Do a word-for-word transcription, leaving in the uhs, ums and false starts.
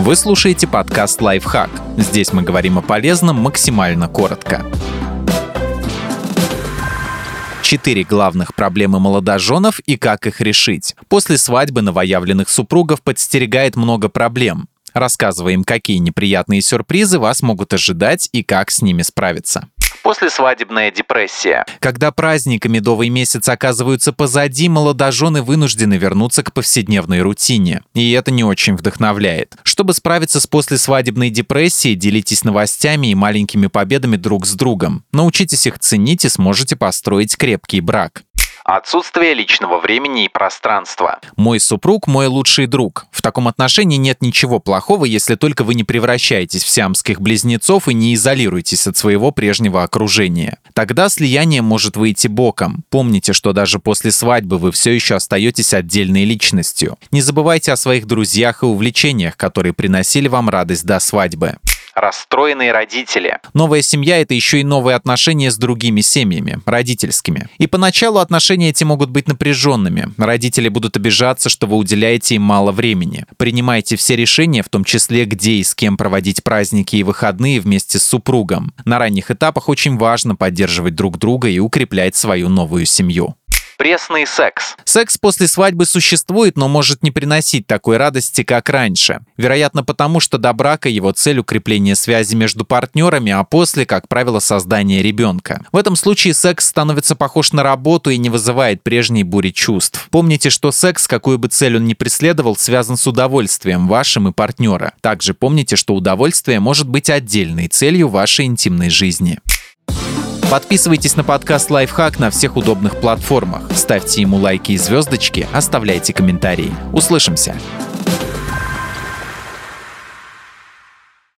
Вы слушаете подкаст «Лайфхак». Здесь мы говорим о полезном максимально коротко. Четыре главных проблемы молодоженов и как их решить. После свадьбы новоявленных супругов подстерегает много проблем. Рассказываем, какие неприятные сюрпризы вас могут ожидать и как с ними справиться. Послесвадебная депрессия. Когда праздник и медовый месяц оказываются позади, молодожены вынуждены вернуться к повседневной рутине. И это не очень вдохновляет. Чтобы справиться с послесвадебной депрессией, делитесь новостями и маленькими победами друг с другом. Научитесь их ценить и сможете построить крепкий брак. Отсутствие личного времени и пространства. Мой супруг – мой лучший друг. В таком отношении нет ничего плохого, если только вы не превращаетесь в сиамских близнецов и не изолируетесь от своего прежнего окружения. Тогда слияние может выйти боком. Помните, что даже после свадьбы вы все еще остаетесь отдельной личностью. Не забывайте о своих друзьях и увлечениях, которые приносили вам радость до свадьбы. Расстроенные родители. Новая семья – это еще и новые отношения с другими семьями, родительскими. И поначалу отношения эти могут быть напряженными. Родители будут обижаться, что вы уделяете им мало времени. Принимайте все решения, в том числе, где и с кем проводить праздники и выходные вместе с супругом. На ранних этапах очень важно поддерживать друг друга и укреплять свою новую семью. Пресный секс. Секс после свадьбы существует, но может не приносить такой радости, как раньше. Вероятно, потому что до брака его цель укрепление связи между партнерами, а после, как правило, создание ребенка. В этом случае секс становится похож на работу и не вызывает прежней бури чувств. Помните, что секс, какую бы цель он ни преследовал, связан с удовольствием вашим и партнера. Также помните, что удовольствие может быть отдельной целью вашей интимной жизни. Подписывайтесь на подкаст «Лайфхак» на всех удобных платформах. Ставьте ему лайки и звездочки, оставляйте комментарии. Услышимся!